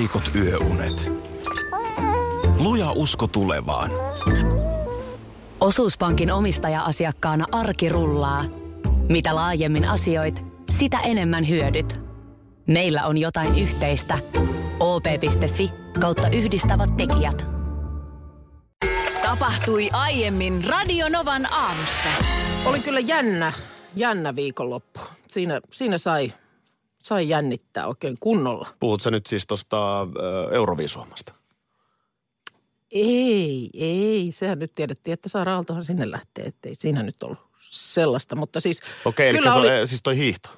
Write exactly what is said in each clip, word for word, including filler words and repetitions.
heikot yöunet. Luja usko tulevaan. Osuuspankin omistaja-asiakkaana arki rullaa. Mitä laajemmin asioit, sitä enemmän hyödyt. Meillä on jotain yhteistä. o p piste f i kautta yhdistävät tekijät. Tapahtui aiemmin Radio Novan aamussa. Oli kyllä jännä, jännä viikonloppu. Siinä, siinä sai, sai jännittää oikein kunnolla. Puhut sä nyt siis tuosta Euroviisuomasta? Ei, ei. Sehän nyt tiedettiin, että Saara Aaltohan sinne lähtee, ettei siinä nyt ollut sellaista. Mutta siis Okei, kyllä eli oli... toi, siis toi hiihto.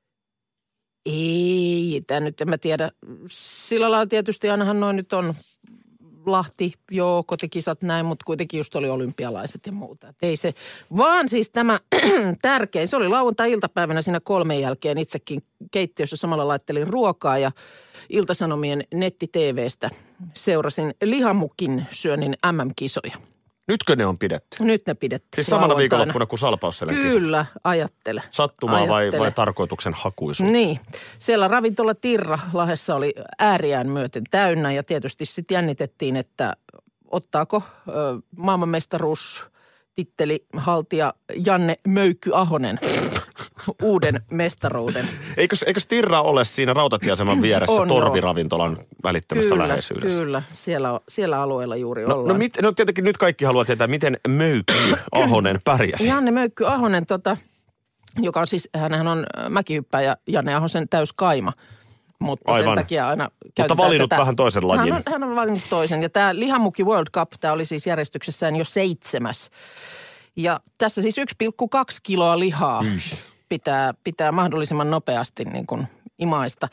Ei, tämä nyt en mä tiedä. Sillä lailla tietysti ainahan noin nyt on Lahti, joo, kotikisat näin, mutta kuitenkin just oli olympialaiset ja muuta. Et ei se, vaan siis tämä tärkein, se oli lauantai-iltapäivänä siinä kolmen jälkeen itsekin keittiössä samalla laittelin ruokaa ja Ilta-Sanomien netti-tv:stä seurasin lihamukin syönnin äm äm-kisoja. Nytkö ne on pidetty? Nyt ne pidettiin. Siis samana viikonloppuna kuin Salpausselän kisat? Kyllä, ajattele. Sattumaa ajattele. vai, vai tarkoituksen hakuisuus? Niin. Siellä ravintola Tirra Lahdessa oli ääriään myöten täynnä ja tietysti sitten jännitettiin, että ottaako ö, maailmanmestaruus titteli haltija Janne Möykky Ahonen uuden mestaruuden. Eikös, eikös Tirra ole siinä rautatieaseman vieressä on, Torviravintolan välittömässä kyllä, läheisyydessä? Kyllä, siellä, siellä alueella juuri no, ollaan. No, mit, no tietenkin nyt kaikki haluaa tietää, miten Möykky Ahonen pärjäsi. Janne Möykky Ahonen, tota, joka on siis, hänhän on mäkihyppäjä Janne Ahosen täyskaima. Mutta Aivan. sen takia aina Mutta valinnut tätä. vähän toisen lajin. Hän on, hän on valinnut toisen. Ja tämä Lihamuki World Cup, tämä oli siis järjestyksessään jo seitsemäs. Ja tässä siis yksi pilkku kaksi kiloa lihaa mm. pitää, pitää mahdollisimman nopeasti niin kuin imaista.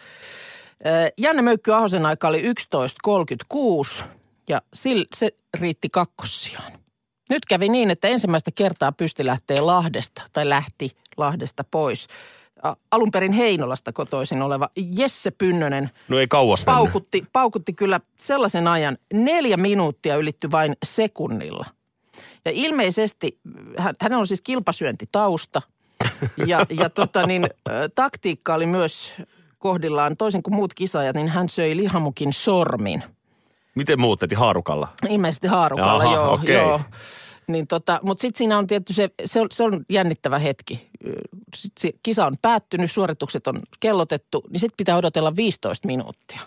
Janne Möykky Ahosen aika oli yksitoista kolmekymmentäkuusi ja sillä se riitti kakkossijaan. Nyt kävi niin, että ensimmäistä kertaa pysti lähtee Lahdesta tai lähti Lahdesta pois. Alun perin Heinolasta kotoisin oleva Jesse Pynnönen no ei kauas paukutti, paukutti kyllä sellaisen ajan, neljä minuuttia ylitty vain sekunnilla. Ja ilmeisesti, hän, hänellä on siis kilpasyöntitausta ja, ja tota niin, taktiikka oli myös kohdillaan, toisin kuin muut kisaajat, niin hän söi lihamukin sormin. Miten muut teti haarukalla? Ilmeisesti haarukalla, Aha, joo. okay. joo. Niin tota, mutta sitten siinä on tietty se, se on, se on jännittävä hetki. Sitten se kisa on päättynyt, suoritukset on kellotettu, niin sitten pitää odotella viisitoista minuuttia.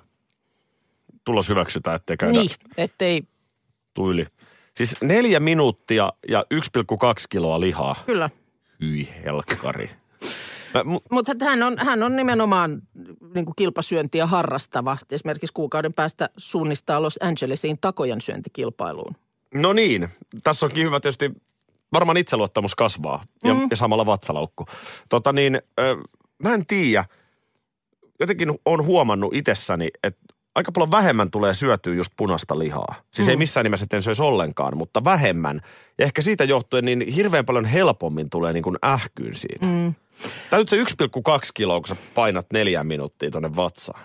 Tulos hyväksytään, ettei käydä niin, ettei tuili. Siis neljä minuuttia ja yksi pilkku kaksi kiloa lihaa. Kyllä. Hyi helkkari. Mu- Mutta hän on, hän on nimenomaan niin kuin kilpasyöntiä harrastava. Esimerkiksi kuukauden päästä suunnistaa Los Angelesiin takojan syöntikilpailuun. No niin, tässä onkin hyvä tietysti, varmaan itseluottamus kasvaa ja, mm. ja samalla vatsalaukku. Tota niin, ö, mä en tiedä, jotenkin on huomannut itsessäni, että aika paljon vähemmän tulee syötyä just punaista lihaa. Siis mm. ei missään nimessä, etten söisi ollenkaan, mutta vähemmän. Ja ehkä siitä johtuen niin hirveän paljon helpommin tulee niin kuin ähkyyn siitä. Mm. Täytyy se yksi pilkku kaksi kiloa, kun sä painat neljä minuuttia tonne vatsaan.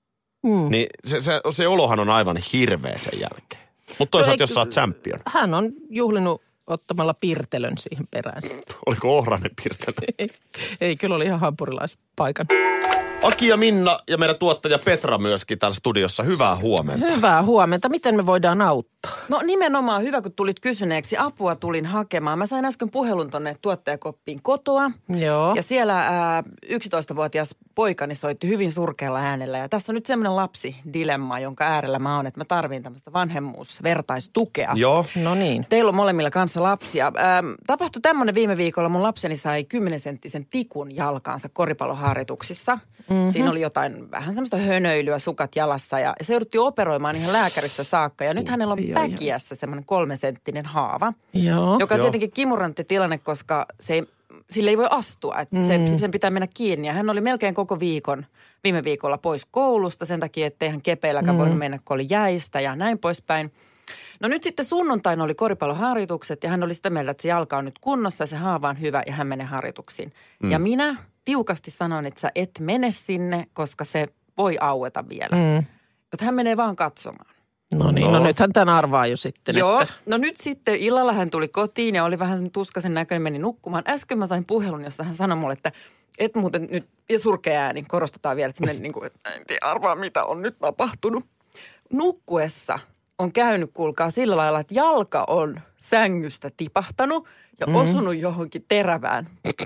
Mm. Niin se, se, se olohan on aivan hirveä sen jälkeen. Mutta toisaalta, no, jos sä oot champion. Hän on juhlinut ottamalla pirtelön siihen perään. Oliko ohrainen pirtelö? ei, ei, kyllä oli ihan hampurilaispaikan. Aki ja Minna ja meidän tuottaja Petra myöskin täällä studiossa. Hyvää huomenta. Hyvää huomenta. Miten me voidaan auttaa? No nimenomaan hyvä, kun tulit kysyneeksi. Apua tulin hakemaan. Mä sain äsken puhelun tonne tuottajakoppiin kotoa. Joo. Ja siellä ää, yksitoistavuotias poikani soitti hyvin surkealla äänellä. Ja tässä on nyt semmoinen lapsidilemma, jonka äärellä mä oon, että mä tarviin tämmöistä vanhemmuusvertaistukea. Joo. No niin. Teillä on molemmilla kanssa lapsia. Ää, tapahtui tämmöinen viime viikolla. Mun lapseni sai kymmenen senttisen tikun jalkaansa koripalloharjoituksissa. Mm-hmm. Siinä oli jotain vähän semmoista hönöilyä, sukat jalassa ja se jouduttiin operoimaan ihan lääkärissä saakka. Ja nyt hänellä on päkiässä semmoinen kolmesenttinen haava, Joo. joka on Joo. tietenkin kimurantti tilanne, koska se ei, sille ei voi astua. Että mm. se, sen pitää mennä kiinni ja hän oli melkein koko viikon viime viikolla pois koulusta sen takia, ettei hän kepeilläkään mm. voinut mennä, kun oli jäistä ja näin poispäin. No nyt sitten sunnuntaina oli koripalloharjoitukset ja hän oli sitä mieltä, että se jalka on nyt kunnossa ja se haava on hyvä ja hän menee harjoituksiin. Mm. Ja minä tiukasti sanon, että sä et mene sinne, koska se voi aueta vielä. Mm. Että hän menee vaan katsomaan. No niin, no, no nythän tämän arvaa jo sitten. Joo, että... no nyt sitten illalla hän tuli kotiin ja oli vähän tuskaisen näköinen, meni nukkumaan. Äsken mä sain puhelun, jossa hän sanoi mulle, että et muuten nyt, ja surkea ääni, korostetaan vielä, että semmoinen niin kuin, että en tiedä arvaa mitä on nyt tapahtunut. nukkuessa on käynyt, kuulkaa, sillä lailla, että jalka on sängystä tipahtanut ja mm. osunut johonkin terävään.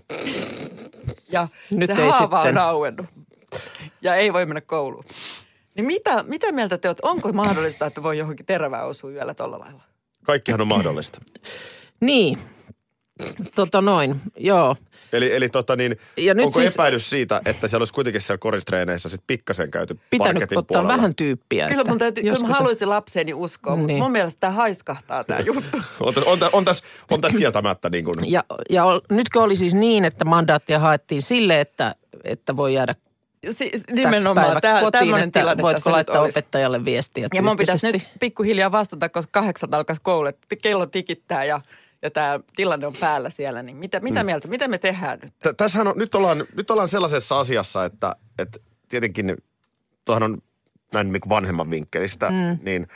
Ja Nyt se ei haava sitten. on auennut. Ja ei voi mennä kouluun. Niin mitä, mitä mieltä te olette? Onko mahdollista, että voi johonkin terävään osua yöllä tolla lailla? Kaikkihan on mahdollista. Niin, tota noin, joo. Eli, eli tota niin, Ja nyt onko siis- epäilys siitä, että siellä olisi kuitenkin siellä koristreeneissä sit pikkasen käyty Pitänyt parketin ottaa puolella? vähän tyyppiä. Kyllä että mun täytyy, kyllä joskus mä se- haluaisin lapseeni uskoa, mutta Niin. mun mielestä tämä haiskahtaa tämä juttu. On, tässä- on, tä- on, tässä, on tässä kieltämättä niin kuin, Ja, ja ol- nytkö oli siis niin, että mandaattia haettiin sille, että, että voi jäädä Si- täksi nimenomaan päiväksi tämä, kotiin, tämmöinen että tilanne voitko tässä nyt laittaa olisi. opettajalle viestiä Ja mun pitäisi nyt tyyppisesti. pikkuhiljaa vastata, koska kahdeksan alkaisi koulu, että kello tikittää ja, ja tämä tilanne on päällä siellä. Niin mitä, mitä Mm. mieltä, mitä me tehdään nyt? T- tässähän on, nyt ollaan, nyt ollaan sellaisessa asiassa, että, että tietenkin tuohan on näin niin kuin vanhemman vinkkelistä, mm. niin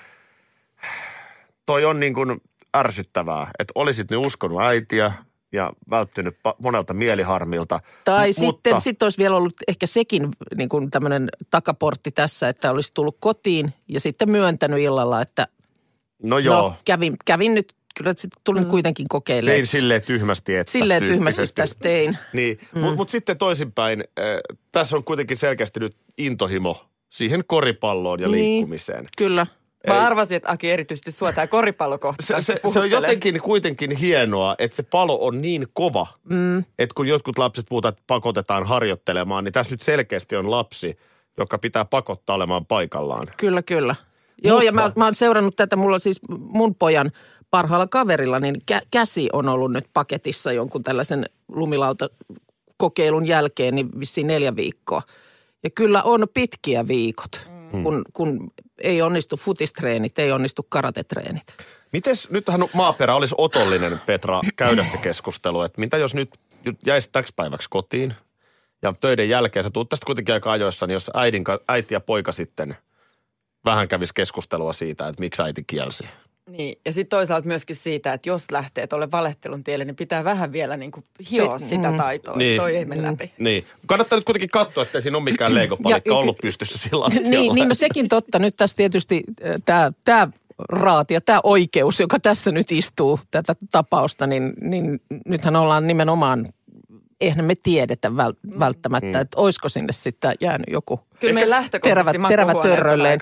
toi on niin kuin ärsyttävää, että olisit nyt uskonut äitiä ja välttynyt pa- monelta mieliharmilta. Tai M- sitten sit olisi vielä ollut ehkä sekin niin kuin tämmöinen takaportti tässä, että olisi tullut kotiin ja sitten myöntänyt illalla, että No joo, no kävin, kävin nyt, kyllä sitten tulin Mm. kuitenkin tein kokeilemaan. silleen tyhmästi, että Silleen tyhmästi tyyppisesti. tässä tein. Niin, mm. mutta mut sitten toisinpäin, äh, tässä on kuitenkin selkeästi nyt intohimo siihen koripalloon ja Niin. liikkumiseen. Kyllä. Mä Ei. arvasin, että Aki erityisesti sua tämä koripallokohta Se, tässä se, se on puhuttelee. jotenkin kuitenkin hienoa, että se palo on niin kova, Mm. että kun jotkut lapset puhutaan, että pakotetaan harjoittelemaan, niin tässä nyt selkeästi on lapsi, joka pitää pakottaa olemaan paikallaan. Kyllä, kyllä. Joo, Mutta- ja mä, mä oon seurannut tätä, mulla siis mun pojan parhaalla kaverilla, niin kä- käsi on ollut nyt paketissa jonkun tällaisen lumilautakokeilun jälkeen, niin vissiin neljä viikkoa. Ja kyllä on pitkiä viikot, mm. kun, kun ei onnistu futistreenit, ei onnistu karatetreenit. Mites, nythän maaperä olisi otollinen, Petra, käydä se keskustelu, että mitä jos nyt jäisit täksi päiväksi kotiin ja töiden jälkeen sä tuut tästä kuitenkin aika ajoissa, niin jos äidin, ka- äiti ja poika sitten vähän kävisi keskustelua siitä, että miksi äiti kielsi. Niin, ja sitten toisaalta myöskin siitä, että jos lähtee tuolle valehtelun tielle, niin pitää vähän vielä niin kuin hioa Et- sitä mm. taitoa. Niin. Toi ei mene läpi. Niin. Kannattaa nyt kuitenkin katsoa, että siinä on mikään legopalikka Ja- ollut pystyssä sillä lattialla. Niin, niin, no sekin totta. Nyt tässä tietysti tämä tämä raati ja tämä oikeus, joka tässä nyt istuu tätä tapausta, niin, niin nythän ollaan nimenomaan, eihän me tiedetä väl, välttämättä, mm. että olisiko sinne sitten jäänyt joku Kyllä meidän lähtökohtaisesti terävä, terävä makuuhuoneet on törrölleen.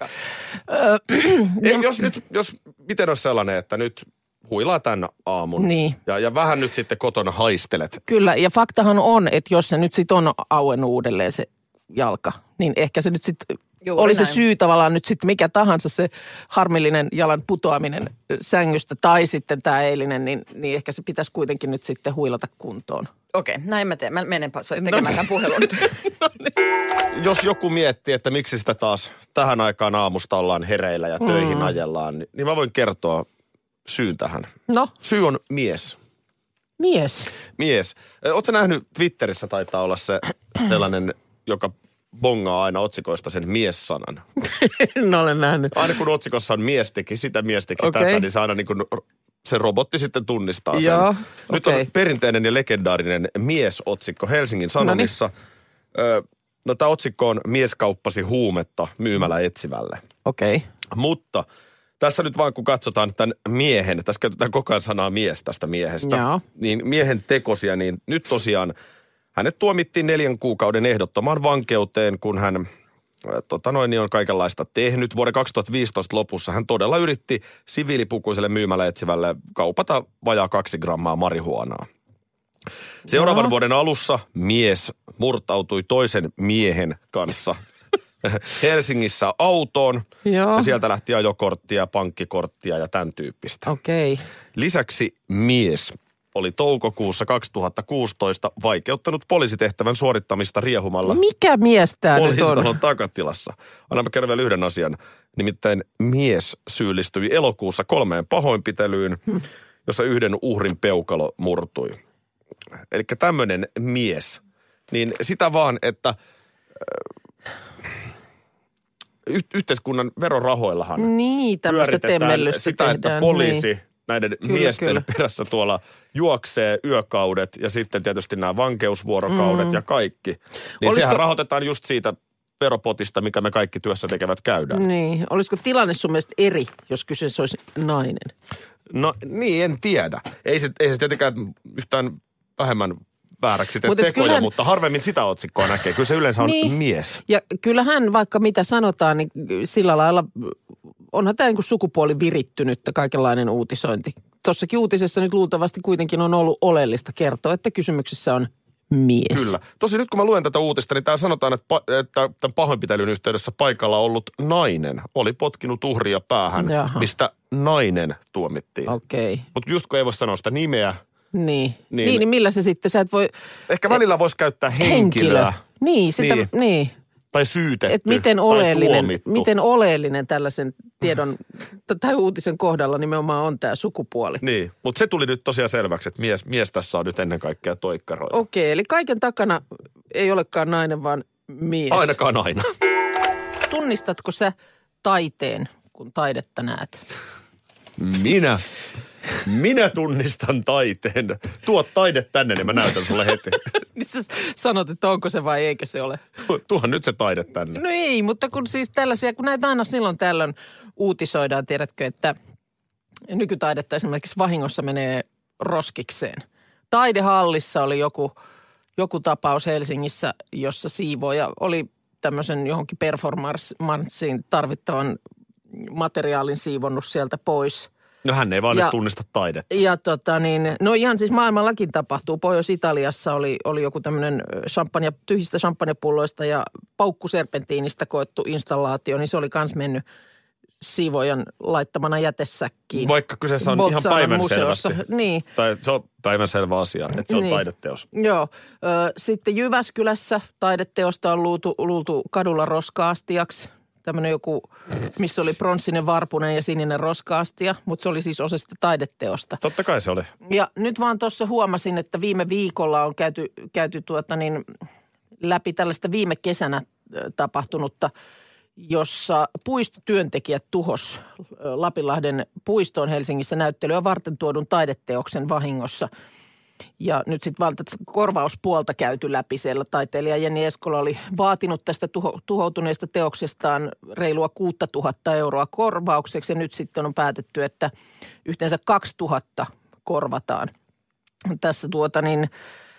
aika- Ei, jos nyt, jos, miten olisi sellainen, että nyt huilaa tämän aamun Niin. ja, ja vähän nyt sitten kotona haistelet. Kyllä, ja faktahan on, että jos se nyt sitten on auennut uudelleen se jalka, niin ehkä se nyt sitten Juuri oli se näin. syy tavallaan nyt sitten mikä tahansa se harmillinen jalan putoaminen sängystä tai sitten tämä eilinen, niin, niin ehkä se pitäisi kuitenkin nyt sitten huilata kuntoon. Okei, näin mä teen. Mä menen No. tekemään tämän puhelun nyt. Jos joku miettii, että miksi sitä taas tähän aikaan aamusta ollaan hereillä ja töihin mm. ajellaan, niin, niin mä voin kertoa syyn tähän. No, Syy on mies. mies. Mies. Oletko nähnyt, Twitterissä taitaa olla se sellainen, joka bongaa aina otsikoista sen mies-sanan. En ole nähnyt. Aina kun otsikossa on mies teki sitä, mies teki Okei. tätä, niin se aina niin kuin, se robotti sitten tunnistaa sen. Joo, Nyt okei. on perinteinen ja legendaarinen miesotsikko Helsingin Sanomissa. Ö, no tämä otsikko on mies kauppasi huumetta myymällä etsivälle. Okei. Okay. Mutta tässä nyt vaan kun katsotaan tämän miehen, tässä käytetään koko ajan sanaa mies tästä miehestä, Joo. niin miehen tekosia, niin nyt tosiaan hänet tuomittiin neljän kuukauden ehdottomaan vankeuteen, kun hän äh, tota noin, niin on kaikenlaista tehnyt. Vuoden kaksituhattaviisitoista lopussa hän todella yritti siviilipukuiselle myymällä etsivälle kaupata vajaa kaksi grammaa marihuonaa. Seuraavan Joo. vuoden alussa mies murtautui toisen miehen kanssa Helsingissä autoon. Joo. Ja sieltä lähti ajokorttia, pankkikorttia ja tämän tyyppistä. Okei. Okay. Lisäksi mies oli toukokuussa kaksituhattakuusitoista vaikeuttanut poliisitehtävän suorittamista riehumalla Mikä mies tämä nyt on? poliisitalon takatilassa. Anna mä kerron vielä yhden asian. Nimittäin mies syyllistyi elokuussa kolmeen pahoinpitelyyn, hmm. jossa yhden uhrin peukalo murtui. Eli tämmöinen mies. Niin sitä vaan, että äh, y- yhteiskunnan verorahoillahan Niin, tämmöistä pyöritetään temmellystä sitä, tehdään. että poliisi Niin. näiden Kyllä, miesten kyllä. perässä tuolla juoksee yökaudet ja sitten tietysti nämä vankeusvuorokaudet Mm. ja kaikki. Niin Olisiko- sehän rahoitetaan just siitä veropotista, mikä me kaikki työssä tekevät käydään. Niin. Olisiko tilanne sun mielestä eri, jos kyseessä olisi nainen? No niin, en tiedä. Ei se, ei se tietenkään yhtään vähemmän vääräksi tee tekoja, kyllähän, mutta harvemmin sitä otsikkoa näkee. Kyllä se yleensä on niin, mies. Ja kyllähän vaikka mitä sanotaan, niin sillä lailla onhan tämä niin kuin sukupuoli virittynyttä kaikenlainen uutisointi. Tuossakin uutisessa nyt luultavasti kuitenkin on ollut oleellista kertoa, että kysymyksessä on mies. Kyllä. Tosi nyt kun mä luen tätä uutista, niin täällä sanotaan, että, pa- että tämän pahoinpitelyn yhteydessä paikalla ollut nainen oli potkinut uhria päähän, Jaha. mistä nainen tuomittiin. Okei. Okay. Mutta just kun ei voi sanoa sitä nimeä. Niin. Niin, niin, niin millä se sitten, sä et voi... Ehkä välillä voisi käyttää henkilöä. Henkilö. Niin, sitä, niin. niin. Tai syytetty, et miten oleellinen, miten oleellinen tällaisen tiedon tai uutisen kohdalla nimenomaan on tämä sukupuoli. Niin, mutta se tuli nyt tosiaan selväksi, että mies, mies tässä on nyt ennen kaikkea toikkaroida. Okei, eli kaiken takana ei olekaan nainen, vaan mies. Ainakaan aina. Tunnistatko sä taiteen, kun taidetta näet? Minä? Minä tunnistan taiteen. Tuo taide tänne, niin mä näytän sulle heti. Niin sä sanot, että onko se vai eikö se ole? Tuohan nyt se taide tänne. No ei, mutta kun siis tällaisia, kun näitä aina silloin tällöin uutisoidaan, tiedätkö, että nykytaidetta esimerkiksi vahingossa menee roskikseen. Taidehallissa oli joku, joku tapaus Helsingissä, jossa siivooja oli tämmöisen johonkin performanssiin tarvittavan materiaalin siivonnut sieltä pois. No hän ei vaan ja, nyt tunnista taidetta. Ja tota niin, no ihan siis maailmallakin tapahtuu. Pohjois-Italiassa oli, oli joku tämmöinen champagne, tyhjistä champagnepulloista ja paukkuserpentiinistä koettu installaatio, niin se oli kans mennyt siivojan laittamana jätesäkkiin. Vaikka kyseessä on ihan päivänselvästi. Niin. Tai se on päivänselvä asia, että se on niin. taideteos. Joo. Sitten Jyväskylässä taideteosta on luultu, luultu kadulla roska-astiaksi. Tämmöinen joku, missä oli pronssinen varpunen ja sininen roska-astia, mutta se oli siis osa sitä taideteosta. Totta kai se oli. Ja nyt vaan tuossa huomasin, että viime viikolla on käyty, käyty tuota niin, läpi tällaista viime kesänä tapahtunutta, jossa puistotyöntekijät tuhos Lapinlahden puistoon Helsingissä näyttelyä varten tuodun taideteoksen vahingossa. Ja nyt sitten vaan korvauspuolta käyty läpi siellä. Taiteilija Jenni Eskola oli vaatinut tästä tuho, tuhoutuneesta teoksestaan reilua kuusituhatta euroa korvaukseksi. Ja nyt sitten on päätetty, että yhteensä kaksituhatta korvataan. Tässä tuota niin,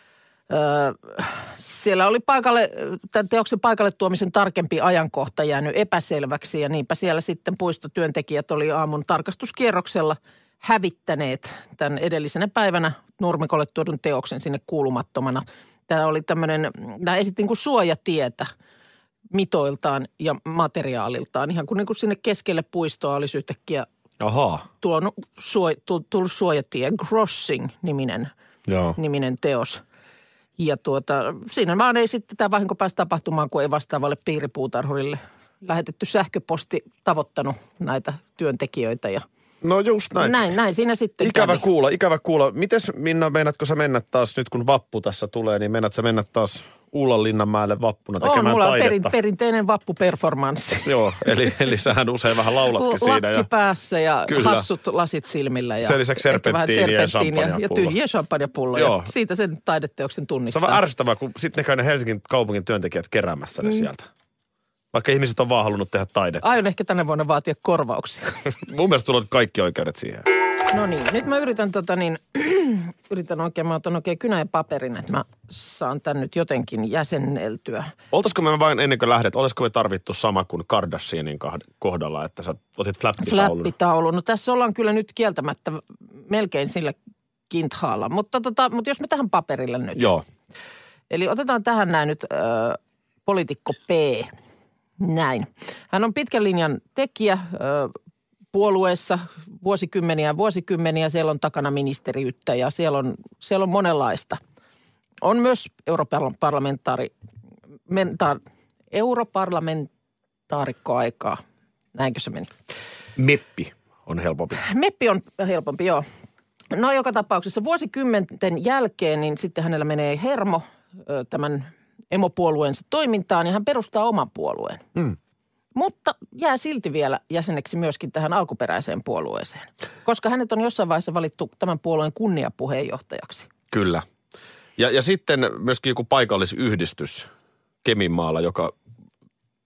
öö, siellä oli paikalle, tämän teoksen paikalle tuomisen tarkempi ajankohta jäänyt epäselväksi. Ja niinpä siellä sitten puistotyöntekijät oli aamun tarkastuskierroksella hävittäneet tämän edellisenä päivänä nurmikolle tuodun teoksen sinne kuulumattomana. Tämä oli tämmöinen, tämä esitti niin kuin suojatietä mitoiltaan ja materiaaliltaan. Ihan kuin, niin kuin sinne keskelle puistoa olisi yhtäkkiä Ahaa. Tuonut, suoj, tullut suojatie, Crossing-niminen Joo. niminen teos. Ja tuota, siinä vaan ei sitten tämä vahinko pääsi tapahtumaan, kun ei vastaavalle piiripuutarhurille lähetetty sähköposti tavoittanut näitä työntekijöitä ja no just näin. Näin, näin siinä sitten Ikävä kävi. kuulla, ikävä kuulla. Mites Minna, meinaatko sä mennä taas nyt kun vappu tässä tulee, niin meinaat sä mennä taas Uulanlinnanmäelle vappuna tekemään on, mulla on taidetta? perin, perinteinen vappuperformanssi. Joo, eli, eli sähän usein vähän laulatkin siinä. Lakki ja päässä ja kyllä. hassut lasit silmillä. Ja sen lisäksi serpenttiiniä ja champagnepullo. Ja tyhjiä champagnepulloja. Joo. Siitä sen taideteoksen tunnistaa. Se on vähän ärsyttävää, kun sitten ne käy ne Helsingin kaupungin työntekijät keräämässä ne mm. sieltä. Vaikka ihmiset on vaan halunnut tehdä taidetta. Aion ehkä tänne vuonna vaatia korvauksia. Mun mielestä tulee kaikki oikeudet siihen. No niin, nyt mä yritän tota niin, yritän oikein, mä otan oikein kynän ja paperin, että mä saan tän nyt jotenkin jäsenneltyä. Oltaisiko me vain ennen kuin lähdet, olisiko me tarvittu sama kuin Kardashianin kohdalla, että sä otit flappitaulun? Flappitaulun. No tässä ollaan kyllä nyt kieltämättä melkein sillä kinthaalla, mutta, tota, mutta jos me tähän paperille nyt. Joo. Eli otetaan tähän näin nyt äh, poliitikko P. Näin. Hän on pitkän linjan tekijä äh, puolueessa vuosikymmeniä ja vuosikymmeniä. Siellä on takana ministeriyttä ja siellä on, siellä on monenlaista. On myös europarlamentaari, menta, europarlamentaarikkoaikaa. Näinkö se meni? Meppi on helpompi. Meppi on helpompi, joo. No joka tapauksessa vuosikymmenten jälkeen, niin sitten hänellä menee hermo tämän emopuolueensa toimintaan ja hän perustaa oman puolueen. Mm. Mutta jää silti vielä jäseneksi myöskin tähän alkuperäiseen puolueeseen, koska hänet on jossain vaiheessa valittu tämän puolueen kunniapuheenjohtajaksi. Kyllä. Ja, ja sitten myöskin joku paikallisyhdistys Keminmaalla, joka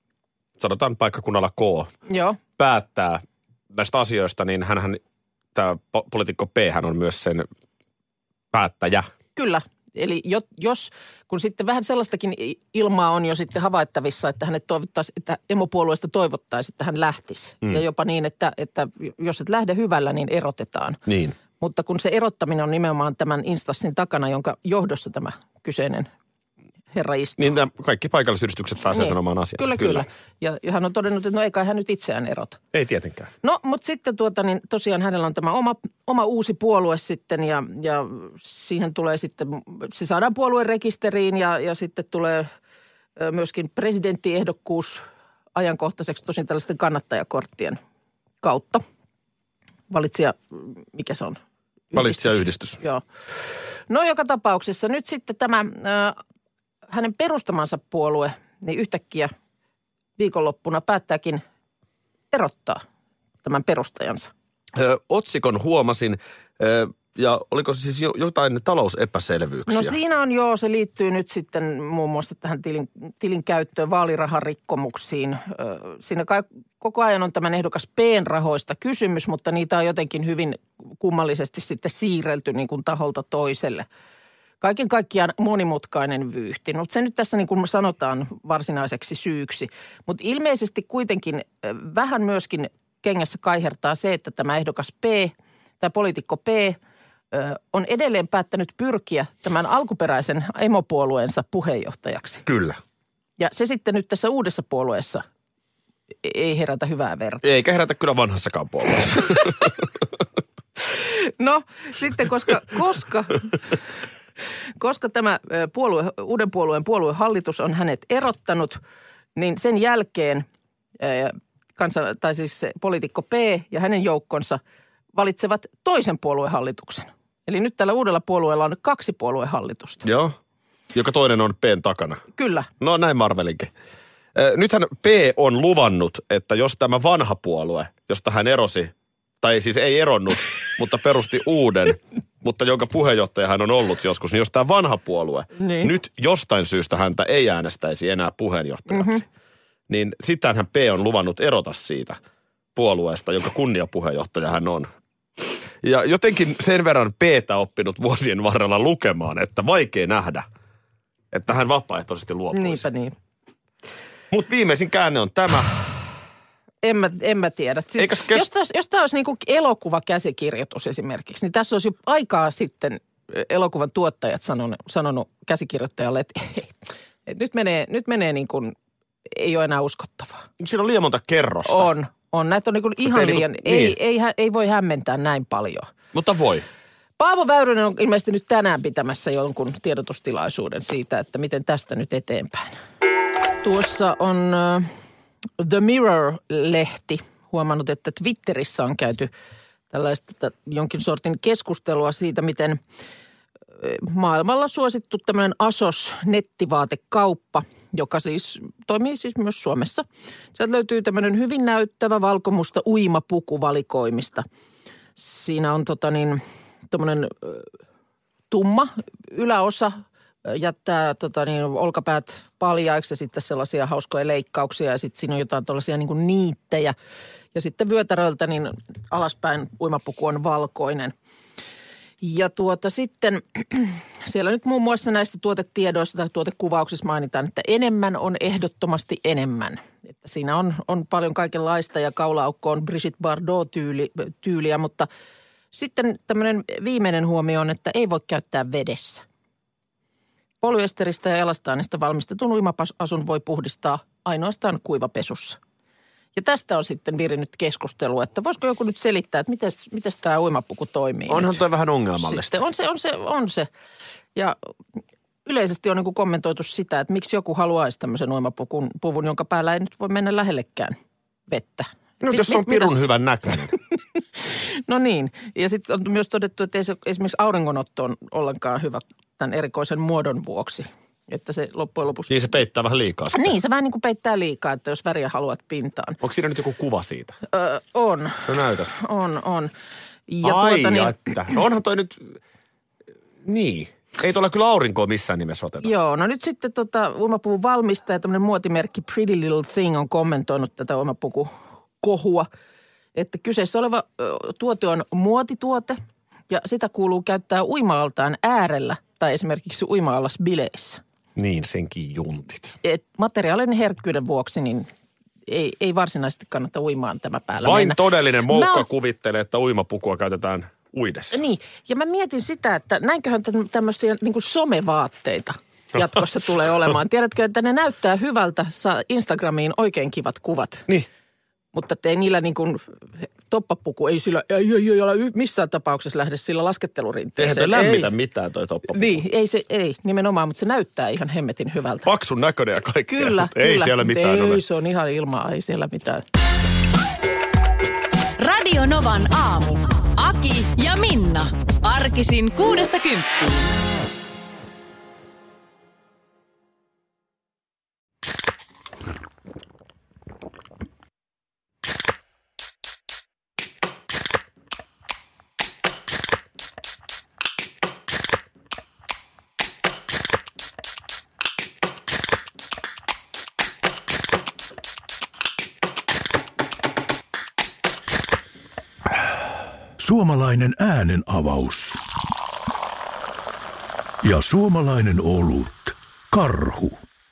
sanotaan paikkakunnalla K, Joo. päättää näistä asioista, niin hänhän, tämä poliitikko P, hän on myös sen päättäjä. Kyllä. Eli jos, kun sitten vähän sellaistakin ilmaa on jo sitten havaittavissa, että hänet toivottaisiin, että emopuolueesta toivottaisiin, että hän lähtisi. Mm. Ja jopa niin, että, että jos et lähde hyvällä, niin erotetaan. Niin. Mutta kun se erottaminen on nimenomaan tämän instanssin takana, jonka johdossa tämä kyseinen herra istuu. Niin kaikki paikallisyhdistykset pääsee niin sanomaan asiansa. Kyllä, kyllä. kyllä. Ja hän on todennut, että no eikä hän nyt itseään erota. Ei tietenkään. No, mutta sitten tuota niin tosiaan hänellä on tämä oma, oma uusi puolue sitten ja, ja siihen tulee sitten, se saadaan puolueen rekisteriin ja, ja sitten tulee myöskin presidenttiehdokkuus ajankohtaiseksi tosin tällaisten kannattajakorttien kautta. Valitsija, mikä se on? Valitsijayhdistys. Joo. No joka tapauksessa nyt sitten tämä äh, hänen perustamansa puolue, niin yhtäkkiä viikonloppuna päättääkin erottaa tämän perustajansa. Ö, otsikon huomasin, ö, ja oliko siis jo, jotain talousepäselvyyksiä? No siinä on joo, se liittyy nyt sitten muun muassa tähän tilin, tilin käyttöön, vaaliraharikkomuksiin. Ö, siinä kai, koko ajan on tämän ehdokas P:n rahoista kysymys, mutta niitä on jotenkin hyvin kummallisesti sitten siirrelty niin kuin taholta toiselle. Kaiken kaikkiaan monimutkainen vyyhti. No se nyt tässä niin kuin sanotaan varsinaiseksi syyksi, mutta ilmeisesti kuitenkin vähän myöskin kengässä kaihertaa se, että tämä ehdokas P, tämä poliitikko P, on edelleen päättänyt pyrkiä tämän alkuperäisen emopuolueensa puheenjohtajaksi. Kyllä. Ja se sitten nyt tässä uudessa puolueessa ei herätä hyvää verta. Eikä herätä kyllä vanhassakaan puolueessa. No sitten koska, koska, koska tämä puolue, uuden puolueen puoluehallitus on hänet erottanut, niin sen jälkeen kansan, tai siis se poliitikko P ja hänen joukkonsa valitsevat toisen puoluehallituksen. Eli nyt tällä uudella puolueella on kaksi puoluehallitusta. Joo, joka toinen on P:n takana. Kyllä. No näin mä arvelinkin. Nythän P on luvannut, että jos tämä vanha puolue, josta hän erosi, tai siis ei eronnut, mutta perusti uuden, mutta jonka puheenjohtaja hän on ollut joskus, niin jos tämä vanha puolue niin nyt jostain syystä häntä ei äänestäisi enää puheenjohtajaksi, mm-hmm. niin sitähän P on luvannut erota siitä puolueesta, jonka kunniapuheenjohtaja hän on. Ja jotenkin sen verran P:tä oppinut vuosien varrella lukemaan, että vaikea nähdä, että hän vapaaehtoisesti luopuisi. Niinpä niin. Mutta viimeisin käänne on tämä. En mä, en mä tiedä. Siis, kes... Jos tämä jos olisi niin kuin elokuvakäsikirjoitus esimerkiksi, niin tässä olisi jo aikaa sitten elokuvan tuottajat sanonut, sanonut käsikirjoittajalle, että, että nyt menee, nyt menee niin kuin, ei ole enää uskottavaa. Siinä on liian monta kerrosta. On, on. Näitä on niin kuin ihan ei liian, niin ei, niin. ei, ei, ei voi hämmentää näin paljon. Mutta voi. Paavo Väyrynen on ilmeisesti nyt tänään pitämässä jonkun tiedotustilaisuuden siitä, että miten tästä nyt eteenpäin. Tuossa on uh, The Mirror-lehti huomannut, että Twitterissä on käyty tällaista jonkin sortin keskustelua siitä, miten maailmalla suosittu tämmöinen ASOS-nettivaatekauppa, joka siis toimii siis myös Suomessa. Sieltä löytyy tämmöinen hyvin näyttävä valkomusta uimapuku valikoimista. Siinä on tota niin, tommoinen tumma yläosa, jättää tota niin, olkapäät paljaiksi ja sitten sellaisia hauskoja leikkauksia ja sitten siinä on jotain tuollaisia niin kuin niittejä. Ja sitten vyötäröltä niin alaspäin uimapuku on valkoinen. Ja tuota sitten siellä nyt muun muassa näistä tuotetiedoista tai tuotekuvauksissa mainitaan, että enemmän on ehdottomasti enemmän. Että siinä on, on paljon kaikenlaista ja kaula-aukko on Brigitte Bardot-tyyliä, mutta sitten tämmöinen viimeinen huomio on, että ei voi käyttää vedessä. Polyesteristä ja elastaanista valmistetun uimapasun voi puhdistaa ainoastaan kuivapesussa. Ja tästä on sitten virinnyt keskustelu, että voisiko joku nyt selittää, että mites, mites tämä uimapuku toimii. Onhan nyt. toi vähän ongelmallista. Sitten on se, on se, on se. Ja yleisesti on niin kuin kommentoitu sitä, että miksi joku haluaisi tämmöisen uimapuvun, puvun, jonka päällä ei nyt voi mennä lähellekään vettä. No mit, jos se on pirun mitäs? Hyvän näköinen. No niin. Ja sitten on myös todettu, että ei se esimerkiksi auringonotto on ollenkaan hyvä tämän erikoisen muodon vuoksi. Että se loppujen lopuksi... Niin se peittää vähän liikaa sitä. Niin, se vähän niin kuin peittää liikaa, että jos väriä haluat pintaan. Onko siinä nyt joku kuva siitä? Öö, on. No näytäs. On, on. Ja Ai, tuota, niin... että. No onhan toi nyt... Niin. Ei tuolla kyllä aurinkoa missään nimessä oteta. Joo, no nyt sitten tota, uimapuvun valmistaja, tämmöinen muotimerkki Pretty Little Thing on kommentoinut tätä uimapukukohua, että kyseessä oleva ö, tuote on muotituote ja sitä kuuluu käyttää uima-altaan äärellä tai esimerkiksi uima-allas bileissä. Niin, senkin juntit. Et materiaalin herkkyyden vuoksi niin ei, ei varsinaisesti kannata uimaan tämä päällä Vain mennä. todellinen moukka Mä... kuvittelee, että uimapukua käytetään uidessa. Niin, ja mä mietin sitä, että näinköhän tämmöisiä niin kuin somevaatteita jatkossa tulee olemaan. Tiedätkö, että ne näyttää hyvältä, saa Instagramiin oikein kivat kuvat. Niin. Mutta ei niillä niin kuin toppapuku, ei sillä, ei, ei, ei ole missään tapauksessa lähde sillä laskettelurinteeseen. Eihän toi lämmitä ei. mitään toi toppapuku. Niin, ei se, ei nimenomaan, mutta se näyttää ihan hemmetin hyvältä. Paksun näköinen ja kaikkea. Kyllä, ei kyllä. siellä mitään ei, ole. Ei, se on ihan ilmaa, ei siellä mitään. Radio Novan aamu. Aki ja Minna. Arkisin kuudesta kymppiin. Suomalainen äänen avaus. Ja suomalainen olut. Karhu.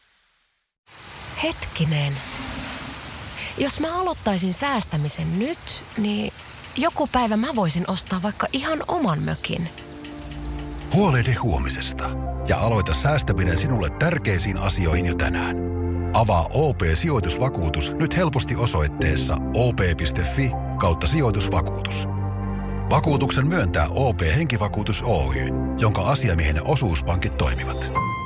Hetkinen. Jos mä aloittaisin säästämisen nyt, niin joku päivä mä voisin ostaa vaikka ihan oman mökin. Huolehdi huomisesta ja aloita säästäminen sinulle tärkeisiin asioihin jo tänään. Avaa O P-sijoitusvakuutus nyt helposti osoitteessa o p piste f i kautta sijoitusvakuutus. Vakuutuksen myöntää O P-henkivakuutus Oy, jonka asiamiehen osuuspankit toimivat.